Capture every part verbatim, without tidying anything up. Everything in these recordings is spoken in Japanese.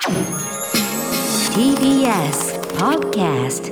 ティービーエス Podcast。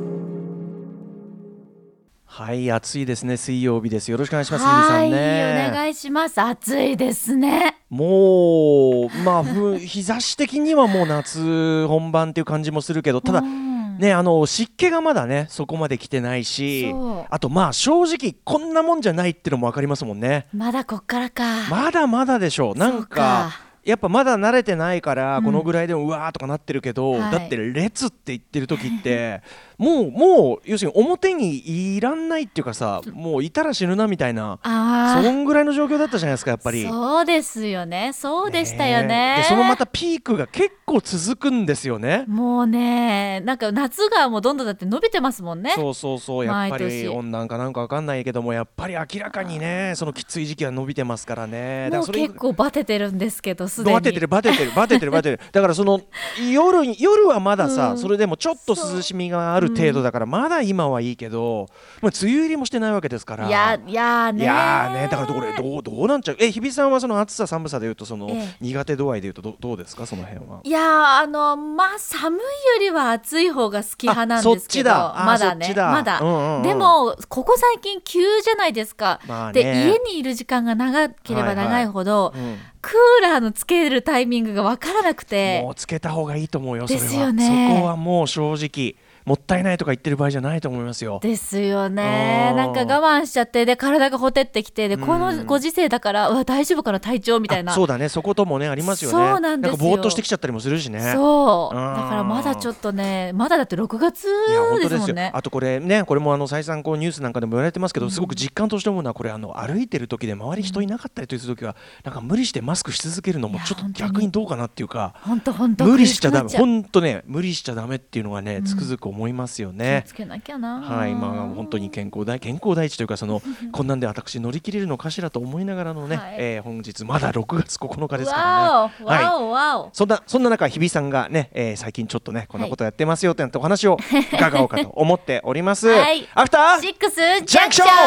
はい、暑いですね。水曜日です。よろしくお願いします。 はい、 日比さんね。 お願いします。暑いですね。 もうまあふ日差し的にはもう夏本番っていう感じもするけど、ただね、あの湿気がまだねそこまで来てないし、あとまあ正直こんなもんじゃないっていうのも分かりますもんね。 まだこっからか。 まだまだでしょう。なんかやっぱまだ慣れてないからこのぐらいでもうわーとかなってるけど、うん、だって列って言ってる時ってもうもう要するに表にいらんないっていうかさ、もういたら死ぬなみたいな、そんぐらいの状況だったじゃないですか。やっぱりそうですよね。そうでしたよね。 でそのまたピークが結構続くんですよね。 もうね、なんか夏がもうどんどんだって伸びてますもんね。 そうそうそう、やっぱり温暖化なんかわかんないけども、やっぱり明らかにねそのきつい時期は伸びてますからね。 もう結構バテてるんですけど、すでにバテてるバテてるバテてるバテてるだからその夜に夜はまださ、うん、それでもちょっと涼しみがある程度だから、うん、まだ今はいいけど、まあ、梅雨入りもしてないわけですから。 いやいやねいやね、だからこれどうどうなんちゃう。え日比さんはその暑さ寒さでいうとその、ええ、苦手度合いでいうと ど, どうですかその辺は。 いやあのまあ寒いよりは暑い方が好き派なんですけど、まだねまだ、うんうんうん、でもここ最近急じゃないですか、まあね、で家にいる時間が長ければ長いほど、はいはい、うんクーラーのつけるタイミングが分からなくて。 もうつけた方がいいと思うよ。それはですよね。 そこはもう正直もったいないとか言ってる場合じゃないと思いますよ。 ですよね。なんか我慢しちゃってで体がほてってきてでこのご時世だからうわ大丈夫かな体調みたいな。 そうだね、そこともねありますよね。 そうなんですよ。 なんかぼーっとしてきちゃったりもするしね。 そうだからまだちょっとね、まだだってろくがつですもんね。 あとこれね、これもあの再三こうニュースなんかでも言われてますけど、すごく実感として思うのはこれあの歩いてる時で周り人いなかったりという時はなんか無理してマスクし続けるのもちょっと逆にどうかなっていうか、 本当本当無理しちゃダメ、本当ね無理しちゃダメっていうのがねつくづく思いますよね。 つけなきゃな。 はい、まあ本当に健康第健康第一というかそのこんなんで私乗り切れるのかしらと思いながらのね、はいえー、本日まだろくがつここのかですからね。 わおわお、はい、 そんなそんな中日比さんがね、えー、最近ちょっとねこんなことやってますよってなってお話を伺おうかと思っております。はい、アフターシックスジャンクション。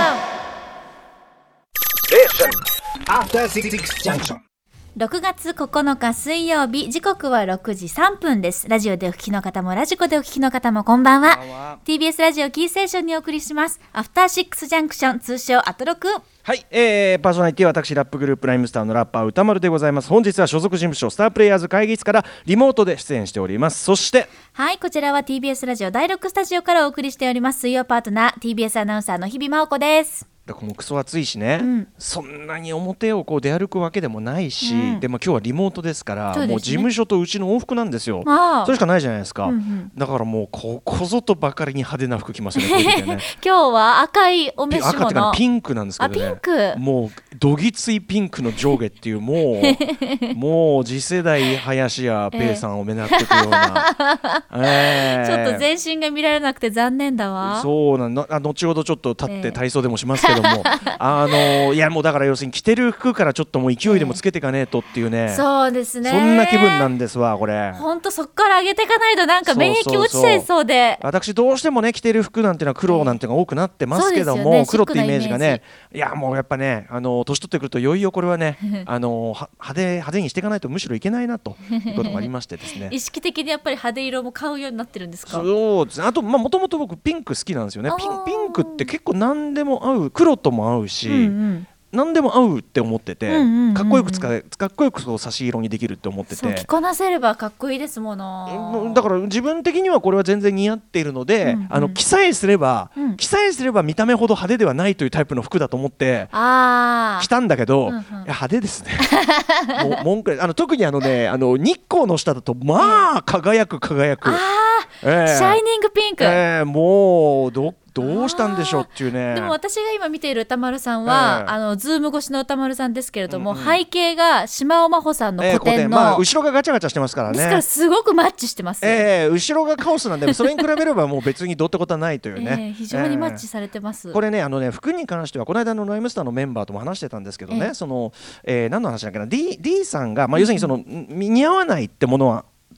アフターシックスジャンクション。ろくがつここのか水曜日、時刻はろくじさんぷんです。ラジオでお聞きの方もラジコでお聞きの方もこんばんは。 ティービーエス ラジオキーステーションにお送りしますアフターシックスジャンクション、通称アトロク。 はい、えー、パーソナリティは私ラップグループライムスターのラッパー歌丸でございます。本日は所属事務所スタープレイヤーズ会議室からリモートで出演しております。そしてはい、こちらは ティービーエス ラジオだいろくスタジオからお送りしております水曜パートナー ティービーエス アナウンサーの日比真央子です。 もうクソ暑いしね、うん、そんなに表をこう出歩くわけでもないし、うん、でも今日はリモートですから、ね、もう事務所とうちの往復なんですよ。それしかないじゃないですか、うんうん、だからもうここぞとばかりに派手な服着ますよね、こういう時はね今日は赤いお召し物、 赤っていうかピンクなんですけどね。 あピンク、 もうどぎついピンクの上下っていうもうもう次世代林家ペイさんを目立っていくような、 えー、ちょっと全身が見られなくて残念だわ。 そうなんだ。あ後ほどちょっと立って体操でもしますけども、えーあのいやもうだから要するに着てる服からちょっともう勢いでもつけていかねえとっていうね、 えー、そうですね、 そんな気分なんですわこれ。 ほんとそっから上げていかないとなんか免疫落ちちゃいそうで、 そうそうそう、私どうしてもね着てる服なんていうのは黒なんていうのが多くなってますけども、ね、黒ってイメージがね、いやもうやっぱねあの年取ってくるといよいよこれはねあの派手派手にしていかないとむしろいけないなということがありましてですね意識的にやっぱり派手色も買うようになってるんですか。 そうですね。あとまあもともと僕ピンク好きなんですよね。ピン、ピンクって結構何でも合う、黒とも合うし、うんうん何でも合うって思ってて、うんうんうんうん、かっこよく使えかっこよく差し色にできるって思ってて、 そう着こなせればかっこいいですもの。 だから自分的にはこれは全然似合っているので、うんうん、あの着さえすれば、うん、着さえすれば見た目ほど派手ではないというタイプの服だと思って着たんだけど、うんうん、いや派手ですねもう文句あの特にあのねあの日光の下だとまあ輝く輝く、あ、 えー、シャイニングピンク、 えー、もうどどうしたんでしょうっていうね。 でも私が今見ている歌丸さんは、えー、あのズーム越しの歌丸さんですけれども、うんうん、背景が島尾真帆さんの古典の、えーまあ、 後ろがガチャガチャしてますからね。 ですからすごくマッチしてます、 えー、後ろがカオスなんでそれに比べればもう別にどうってことはないというね、 えー、非常にマッチされてます、えー、 これねあのね服に関してはこの間のライムスターのメンバーとも話してたんですけどね、えー、その、えー、何の話だっけな D, D さんが、まあ、要するにその、うん、似合わないってものは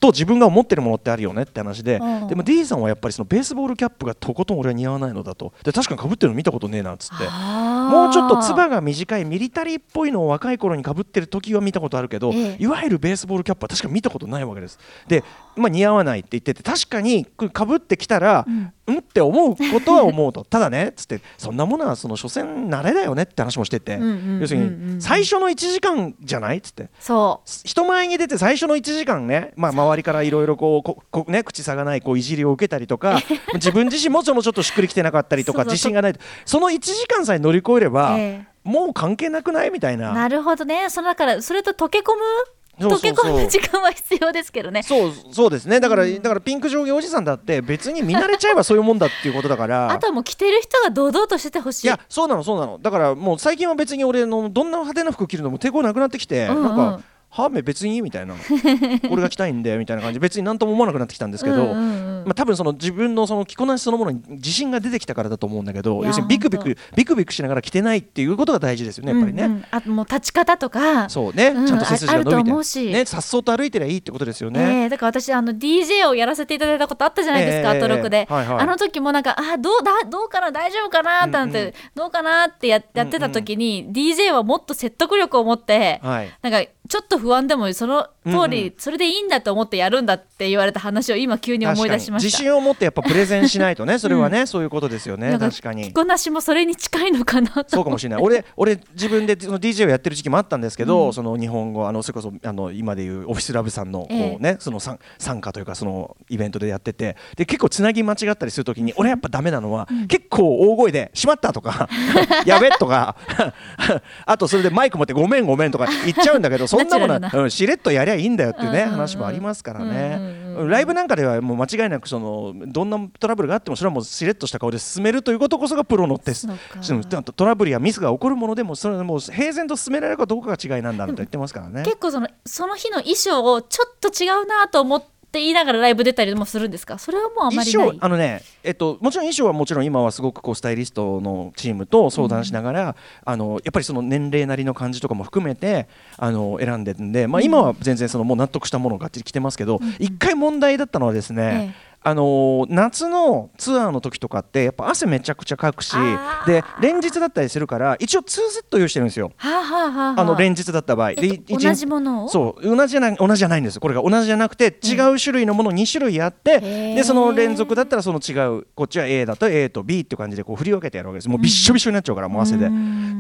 と自分が思ってるものってあるよねって話で、でも D さんはやっぱりそのベースボールキャップがとことん俺は似合わないのだと。で確かに被ってるの見たことねえなっつって、もうちょっとつばが短いミリタリーっぽいのを若い頃に被ってる時は見たことあるけど、ええ、いわゆるベースボールキャップは確か見たことないわけです。で、まあ、似合わないって言ってて、確かに被ってきたら、うん、うんって思うことは思うとただねっつって、そんなものはその所詮慣れだよねって話もしてて、うんうんうんうん、要するに最初のいちじかんじゃないっつって、そう人前に出て最初のいちじかんね、まあ、周りからいろいろこうここ、ね、口差がないこういじりを受けたりとか自分自身もそのちょっとしっくりきてなかったりとか自信がない、そのいちじかんさえ乗り越えれば、えー、もう関係なくないみたいな。 なるほどね。そのだからそれと溶け込む溶け込む時間は必要ですけどね。 そうそうですね。だから、うん、だからピンク上下おじさんだって別に見慣れちゃえばそういうもんだっていうことだからあとはもう着てる人が堂々としててほしい。 いやそうなのそうなの。だからもう最近は別に俺のどんな派手な服着るのも抵抗なくなってきて、うんうん、なんかはめ別にいいみたいな俺が着たいんでみたいな感じで別に何とも思わなくなってきたんですけど、うんうんうん、まあ、多分その自分のその着こなしそのものに自信が出てきたからだと思うんだけど、要するにビクビクビクビクしながら着てないっていうことが大事ですよねやっぱりね、うんうん、 あともう立ち方とかそうね、うん、ちゃんと背筋が伸びて、 あると思うし、 ね、さっそうと歩いてりゃいいってことですよね、 えー、だから私あの ディージェー をやらせていただいたことあったじゃないですか、えー、アトロクで、はいはい、あの時もなんかあどうだどうかな大丈夫かなってなって、うんうん、どうかなって や, やってた時に、うんうん、ディージェー はもっと説得力を持って、はい、なんかちょっと不安でもその通り、うんうん、それでいいんだと思ってやるんだって言われた話を今急に思い出しました。 自信を持ってやっぱプレゼンしないとねそれはね、うん、そういうことですよね。確かに着こなしもそれに近いのかなと。 そうかもしれない。俺, 俺自分でその ディージェー をやってる時期もあったんですけど、うん、その日本語あのそれこそあの今でいうオフィスラブさんのこう、ね、ええ、その参加というかそのイベントでやってて、で結構つなぎ間違ったりするときに俺やっぱダメなのは、うん、結構大声でしまったとかやべとかあとそれでマイク持ってごめんごめんとか言っちゃうんだけどそんなものは、うん、しれっとやりゃいいんだよっていうね、うんうんうん、話もありますからね、うんうんうん、ライブなんかではもう間違いなくそのどんなトラブルがあってもそれはもうしれっとした顔で進めるということこそがプロのテスト。トラブルやミスが起こるものでもそれはもう平然と進められるかどうかが違いなんだと言ってますからね。 結構その、その日の衣装をちょっと違うなと思ってって言いながらライブ出たりもするんですか？それはもうあまりない。 衣装あのね、えっと、もちろん衣装はもちろん今はすごくこうスタイリストのチームと相談しながら、うん、あのやっぱりその年齢なりの感じとかも含めてあの選んでるんで、まあ、今は全然そのもう納得したものががっちり着てますけど、うん、一回問題だったのはですね、ええ、あのー、夏のツアーの時とかってやっぱ汗めちゃくちゃかくし、で連日だったりするから一応ツーセット用意してるんですよ。はあはあはあ、あの連日だった場合、 えっと、同じものをそう同じじゃない同じじゃないんです。これが同じじゃなくて違う種類のものに種類あって、うん、でその連続だったらその違うこっちは A だと A と B っていう感じでこう振り分けてやるわけです。もうびっしょびしょになっちゃうから、もう汗で、うん、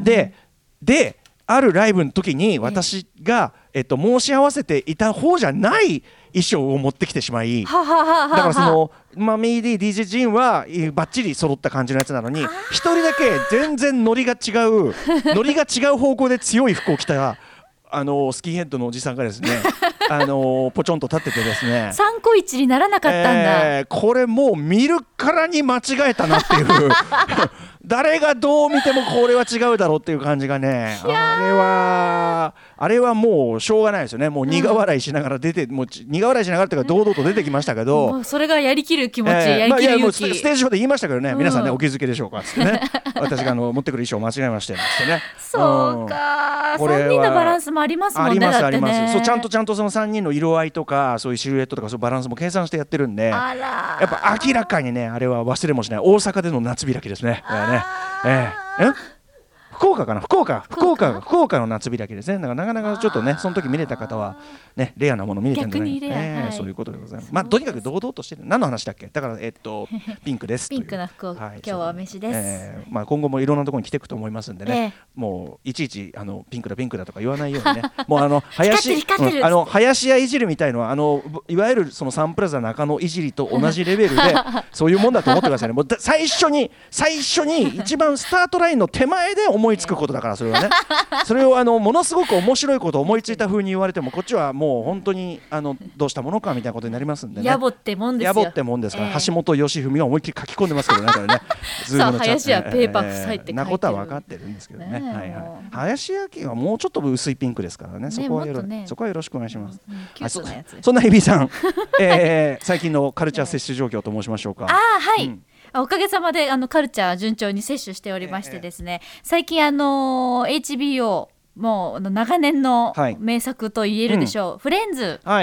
でであるライブの時に私が、えっと、申し合わせていた方じゃない衣装を持ってきてしまい、だからそのマミー D、ディージェー ジンはバッチリ揃った感じのやつなのに一人だけ全然ノリが違うノリが違う方向で強い服を着たあのスキンヘッドのおじさんがですねあのポチョンと立っててですね参考値にならなかったんだ、 えー、これもう見るからに間違えたなっていう誰がどう見てもこれは違うだろうっていう感じがね、あれはあれはもうしょうがないですよね。もう苦笑いしながら出て、うん、もう苦笑いしながらというか堂々と出てきましたけど、 もうそれがやりきる気持ち、えー、やりきる勇気、まあ、いやもうステージ上で言いましたけどね、うん、皆さんねお気づきでしょうかっつってね私があの持ってくる衣装間違えましてってねそうか、うん、さんにんのバランスもありますもんね。ありますあります。そうちゃんとちゃんとそのさんにんの色合いとかそういうシルエットとかそういうバランスも計算してやってるんで、あらやっぱ明らかにねあれは忘れもしない大阪での夏開きですね。これはね、えー、え福岡かな福岡福岡福岡の夏開きですね。だからなかなかちょっとねその時見れた方はねレアなもの見れてるんじゃない、ね、はい、そういうことでございます。まあとにかく堂々としてる。何の話だっけ？だからえっとピンクですという。 ピンクな服を、はい、今日はお召しです。 えー、まあ今後もいろんなところに着ていくと思いますんでね、えー、もういちいちあのピンクだピンクだとか言わないようにねもうあの林うん、あの林家いじるみたいのはあのいわゆるそのサンプラザ中野いじりと同じレベルでそういうもんだと思ってくださいね。もう最初に最初に一番スタートラインの手前で思いつくことだからそれはねそれをあのものすごく面白いことを思いついた風に言われてもこっちはもう本当にあのどうしたものかみたいなことになりますんでね。 野暮ってもんですよ。 野暮ってもんですから、えー、橋本良文が思いっきり書き込んでますけどねこれねさあ林家ペーパー夫妻って書いてる、えー、 なことは分かってるんですけどね、ね、はいはい、林家はもうちょっと薄いピンクですからね、そこはよろ、ね、そこはよろしくお願いします、うんうん、キュートなやつです。そんな日比さん、えー、最近のカルチャー摂取状況と申しましょうか。 あはい、うん、おかげさまであのカルチャー順調に摂取しておりましてですね、えー、最近あの エイチビーオー もう長年の名作と言えるでしょう、はい、うん、フレンズ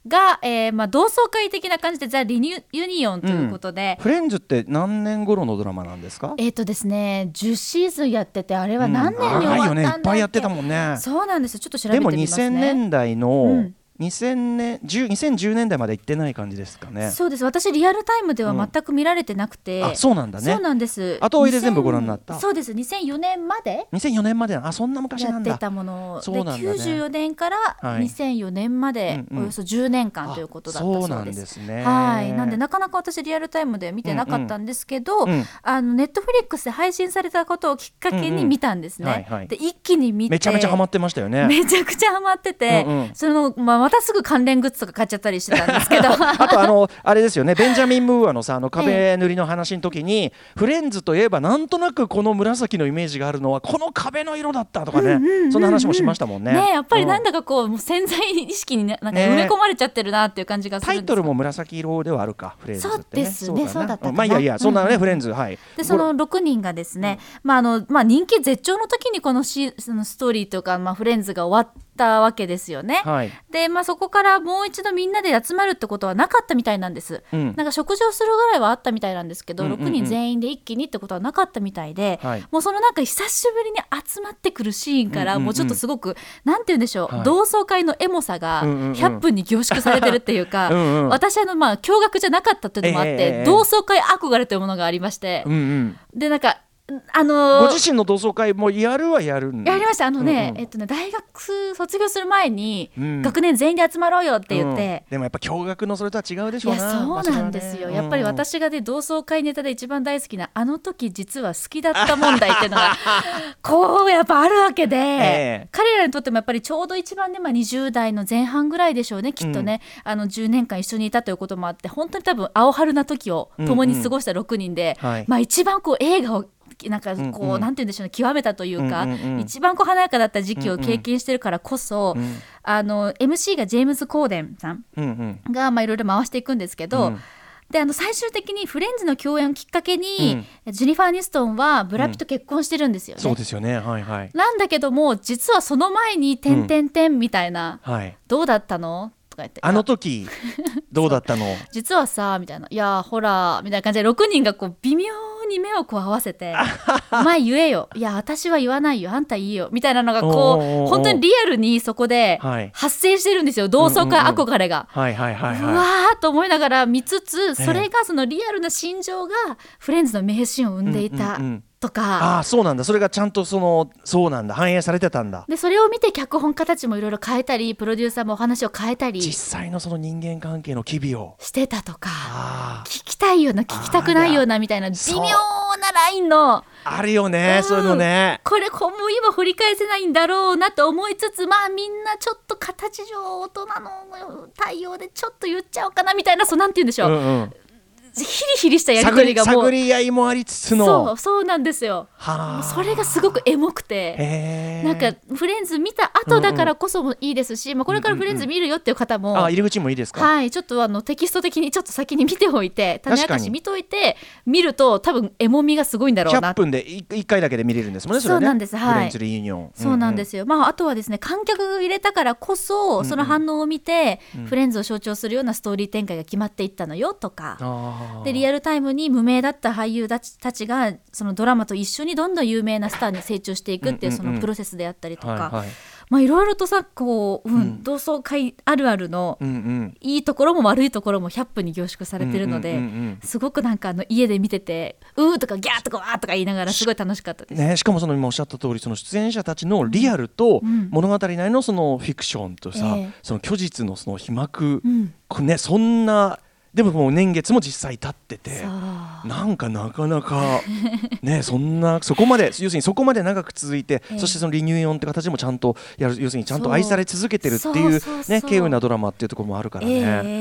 が、えーまあ、同窓会的な感じでザ・リニュユニオンということで、 うん、フレンズって何年頃のドラマなんですか？ えっ、ー、とですねじゅっシーズンやってて、あれは何年に終わったんだっけ、うん、長いよね、いっぱいやってたもんね。 そうなんですよ、ちょっと調べてみますね。 でもにせんねんだいの、うんにせんねんにせんじゅうねんだいまで行ってない感じですかね。 そうです、私リアルタイムでは全く見られてなくて、 うん、あ、そうなんだね。 そうなんです。 後追いで全部ご覧になった。 そうです、にせんよねんまでにせんよねんまで、あ、そんな昔なんだ。 やってたもので、 そうなんだね、 きゅうじゅうよねんからにせんよねんまでおよそじゅうねんかんということだったそうです。 そうなんですね。 はい、なんでなかなか私リアルタイムで見てなかったんですけど、うんうん、あのネットフリックスで配信されたことをきっかけに見たんですね、うんうんはいはい、で一気に見てめちゃめちゃハマってましたよね。 めちゃくちゃハマってて、うんうん、その、まあ、またすぐ関連グッズとか買っちゃったりしてたんですけどあとあのあれですよね、ベンジャミン・ムーアのさ、あの壁塗りの話の時に、ええ、フレンズといえばなんとなくこの紫のイメージがあるのはこの壁の色だったとかね、うんうんうんうん、そんな話もしましたもんね。 ね、やっぱりなんだかこう、うん、もう潜在意識に、ね、なんか埋め込まれちゃってるなっていう感じがするんです。 タイトルも紫色ではあるか、フレンズってね。 そうですね、そうだったかな、 まあいやいや、そんなね、うんうん、フレンズ、はい。 でそのろくにんがですね、うん、まああのまあ、人気絶頂の時にこのシそのストーリーというか、まあ、フレンズが終わったわけですよね、はい。で、まあ、そこからもう一度みんなで集まるってことはなかったみたいなんです、うん、なんか食事をするぐらいはあったみたいなんですけど、うんうんうん、ろくにん全員で一気にってことはなかったみたいで、はい、もうそのなんか久しぶりに集まってくるシーンから、うんうんうん、もうちょっとすごくなんて言うんでしょう、はい、同窓会のエモさがひゃっぷんに凝縮されてるっていうか、うんうん、私あのまあ驚愕じゃなかったっていうのもあって、えー、同窓会憧れというものがありまして、うんうん、でなんかあのー、 ご自身の同窓会もやるはやるんやりました。あのね、うんうん、えっとね、大学卒業する前に、うん、学年全員で集まろうよって言って、 うん、でもやっぱ共学のそれとは違うでしょうな。 いやそうなんですよ、ね、やっぱり私がね同窓会ネタで一番大好きなあの時実は好きだった問題っていうのがこうやっぱあるわけで、えー、彼らにとってもやっぱりちょうど一番ね、まあ、にじゅうだいの前半ぐらいでしょうね、きっとね、うん、あのじゅうねんかん一緒にいたということもあって、本当に多分青春な時を共に過ごしたろくにんで、うんうんはい、まあ、一番こう映画をなんかこう、うんうん、なんて言うんでしょうね、極めたというか、うんうんうん、一番こう華やかだった時期を経験してるからこそ、うんうん、あの エムシー がジェームズ・コーデンさんがまあいろいろ回していくんですけど、うん、であの最終的にフレンズの共演をきっかけに、うん、ジェニファー・アニストンはブラピと結婚してるんですよね、 うん、そうですよね、はいはい、 なんだけども実はその前にてんてんてんみたいな、うんはい、どうだったのとか言って、 あの時どうだったの実はさみたいな、いやほらみたいな感じでろくにんがこう微妙に目をこう合わせてお前言えよ、いや私は言わないよ、あんたいいよみたいなのがこう本当にリアルにそこで発生してるんですよ、はい、同窓会憧れが、うわーと思いながら見つつ、それがそのリアルな心情がフレンズの名シーンを生んでいた、うんうんうんとか、 あそうなんだ、それがちゃんとそのそうなんだ反映されてたんだ。 でそれを見て脚本家たちもいろいろ変えたり、プロデューサーもお話を変えたり、 実際のその人間関係の機微をしてたとか、聞きたいような聞きたくないようなみたいな微妙なラインのあるよね、うん、そういうのね。 これこう今掘り返せないんだろうなと思いつつ、まあみんなちょっと形上大人の対応でちょっと言っちゃおうかなみたいな、そうなんて言うんでしょう、うんうん、ヒリヒリしたやり取りがもう探り合いもありつつの、 そうそうなんですよ。それがすごくエモくて、なんかフレンズ見た後だからこそもいいですし、うんうんまあ、これからフレンズ見るよっていう方も、うんうん、 あ入り口もいいですか、 はい、ちょっとあのテキスト的にちょっと先に見ておいて、種明かし見といて見ると多分エモみがすごいんだろうな。 ひゃっぷんでいっかいだけで見れるんですもんね、それはね。 そうなんです、はい、 フレンズリユニオン、うんうん、 そうなんですよ、まあ、あとはですね、観客が入れたからこそその反応を見て、うんうん、フレンズを象徴するようなストーリー展開が決まっていったのよとか、あでリアルタイムに無名だった俳優たちがそのドラマと一緒にどんどん有名なスターに成長していくっていうそのプロセスであったりとか、まあいろいろとさこう、うんうん、同窓会あるあるのいいところも悪いところもひゃっぷんに凝縮されてるので、うんうんうんうん、すごくなんかあの家で見ててうーとかギャーとかわーとか言いながらすごい楽しかったです、 ね、しかもその今おっしゃった通り、その出演者たちのリアルと物語内のそのフィクションとさ、うん、その虚実のその被膜、うんね、そんなでももう年月も実際経ってて、なんかなかなかねそんなそこまで要するにそこまで長く続いて、えー、そしてそのリニューオンって形もちゃんとやる、要するにちゃんと愛され続けてるっていうね、稀有なドラマっていうところもあるからね、え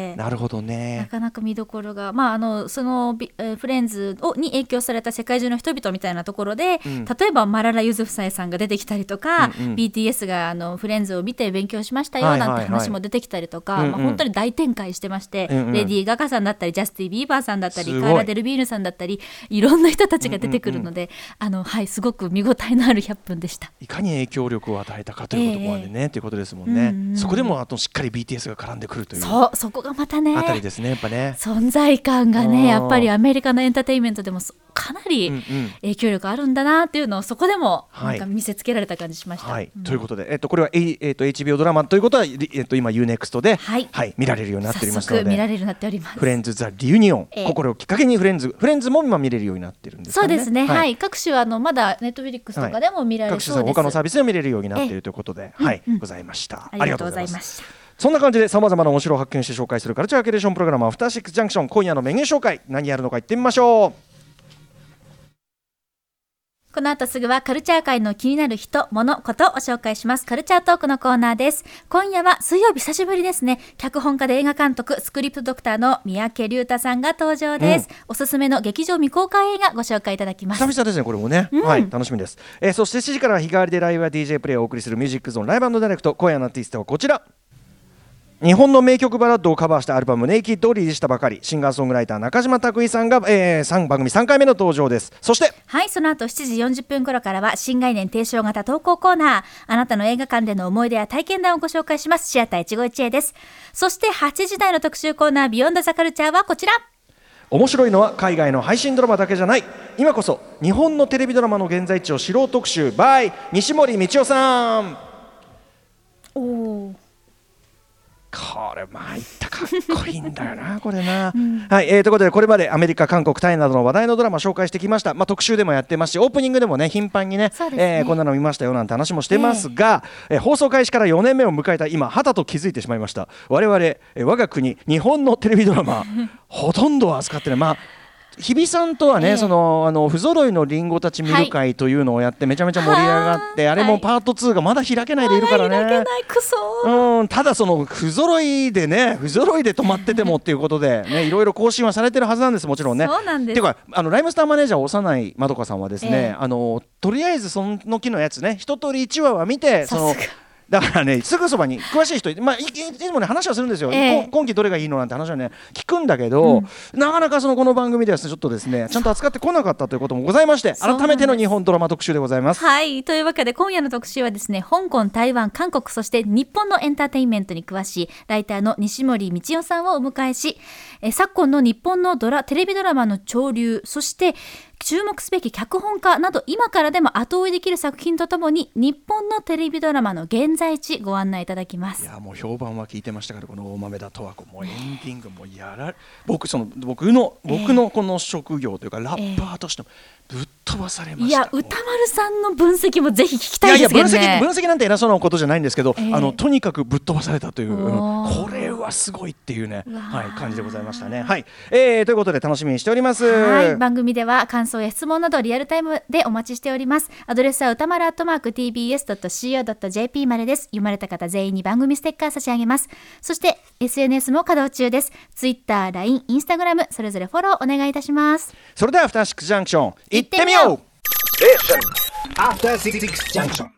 で、 なるほどね。 なかなか見どころが、まあ、あのその、えー、フレンズをに影響された世界中の人々みたいなところで、うん、例えばマララ・ユズフザイさんが出てきたりとか、うんうん、ビーティーエス があのフレンズを見て勉強しましたよなんて話も出てきたりとか、はいはいはい、まあ、本当に大展開してまして、うんうん、レディー・ガガさんだったりジャスティン・ビーバーさんだったりカーラ・デルビーヌさんだったりいろんな人たちが出てくるので、うんうんうん、あのはい、すごく見応えのあるひゃっぷんでした。 いかに影響力を与えたかというところまでね、えー、ということですもんね、うんうん、そこでもあとしっかり ビーティーエス が絡んでくるという、 そう、そこがまたねあたりですね、やっぱね、 存在感がね、やっぱりアメリカのエンターテインメントでもかなり影響力あるんだなっていうのをそこでもなんか見せつけられた感じしました、 はいはい、うん、ということで、えっと、これは、えー、と エイチビーオー ドラマということは、えっと、今 ユーネクスト で、はいはい、見られるようになっておりますので、 早速見られるようになっております。 フレンズ・ザ・リユニオン、えー、これをきっかけにフレンズフレンズも今見れるようになってるんですかね。 そうですね、はい、はい、各種あのまだネットフリックスとかでも見られるそうです、はい、各種他のサービスでも見れるようになっているということで、はい、うんうん、ございました。 ありがとうございました。 そんな感じで様々な面白を発見して紹介するカルチャーキュレーションプログラムアフターシックスジャンクション、今夜のメニュー紹介、何やるのか言ってみましょう。 この後すぐはカルチャー界の気になる人、物、ことを紹介します。カルチャートークのコーナーです。今夜は水曜日久しぶりですね。脚本家で映画監督、スクリプトドクターの三宅龍太さんが登場です、うん、おすすめの劇場未公開映画ご紹介いただきます。 久々ですね、これもね、うん、はい、楽しみです、えー、そしてしちじから日替わりでライブや ディージェー プレイをお送りするミュージックゾーンライブ&ダイレクト。今夜のアーティストはこちら。日本の名曲バラッドをカバーしたアルバムネイキッドをリリースしたばかり、シンガーソングライター中島拓衣さんが、えー、さん番組さんかいめの登場です。そしてはい、その後しちじよんじゅっぷん頃からは新概念提唱型投稿コーナー、あなたの映画館での思い出や体験談をご紹介します。シアター一期一会です。そしてはちじ台の特集コーナービヨンドザカルチャーはこちら。 面白いのは海外の配信ドラマだけじゃない、今こそ日本のテレビドラマの現在地を知ろう特集 by 西森道夫さん。 おー、 これ参ったかっこいいんだよなこれな、うん、はい、えー、ということでこれまでアメリカ、韓国、タイなどの話題のドラマ紹介してきました。まあ、特集でもやってますし、オープニングでもね頻繁に ね, ね、えー、こんなの見ましたよなんて話もしてますが、えーえー、放送開始からよねんめを迎えた今、はたと気づいてしまいました。我々、えー、我が国日本のテレビドラマほとんど扱ってない。まあ日比さんとはね、えー、そのあの不揃いのリンゴたち見る会というのをやってめちゃめちゃ盛り上がって、はい、あれもパートツーがまだ開けないでいるからね、 まだ開けないクソ、 うん、ただその不揃いでね不揃いで止まっててもっていうことで、ね、いろいろ更新はされてるはずなんです。もちろんね。 そうなんです。 ていうかあのライムスターマネージャー幼いまどかさんはですね、えー、あのとりあえずその木のやつね一通りいちわは見て、そのだからねすぐそばに詳しい人、まあ、い, いつもね話はするんですよ、えー、今期どれがいいのなんて話はね聞くんだけど、うん、なかなかそのこの番組ではちょっとですねちゃんと扱ってこなかったということもございまして、改めての日本ドラマ特集でございます。 はい、というわけで今夜の特集はですね、香港、台湾、韓国、そして日本のエンターテインメントに詳しいライターの西森道夫さんをお迎えし、え昨今の日本のドラテレビドラマの潮流、そして注目すべき脚本家など今からでも後追いできる作品とともに日本のテレビドラマの現在地ご案内いただきます。 いやもう評判は聞いてましたから、この大豆田十和子もうエンディングもやられ、僕その僕の僕のこの職業というかラッパーとしてもぶっ飛ばされました。 いや歌丸さんの分析もぜひ聞きたいですけどね。 いやいや分析、分析なんて偉そうなことじゃないんですけど、えー、あのとにかくぶっ飛ばされたという、うん、これはすごいっていうね、はい、感じでございましたね。はい、えー、ということで楽しみにしております。 はい、番組では感想や質問などリアルタイムでお待ちしております。アドレスは歌丸アットマーク ティービーエスドットシーオードットジェーピー までです。読まれた方全員に番組ステッカー差し上げます。そして エスエヌエス も稼働中です。 Twitter、ライン、Instagram それぞれフォローお願いいたします。 それではアフターシックスジャンクション行ってみよう。 アフターシックスジャンクション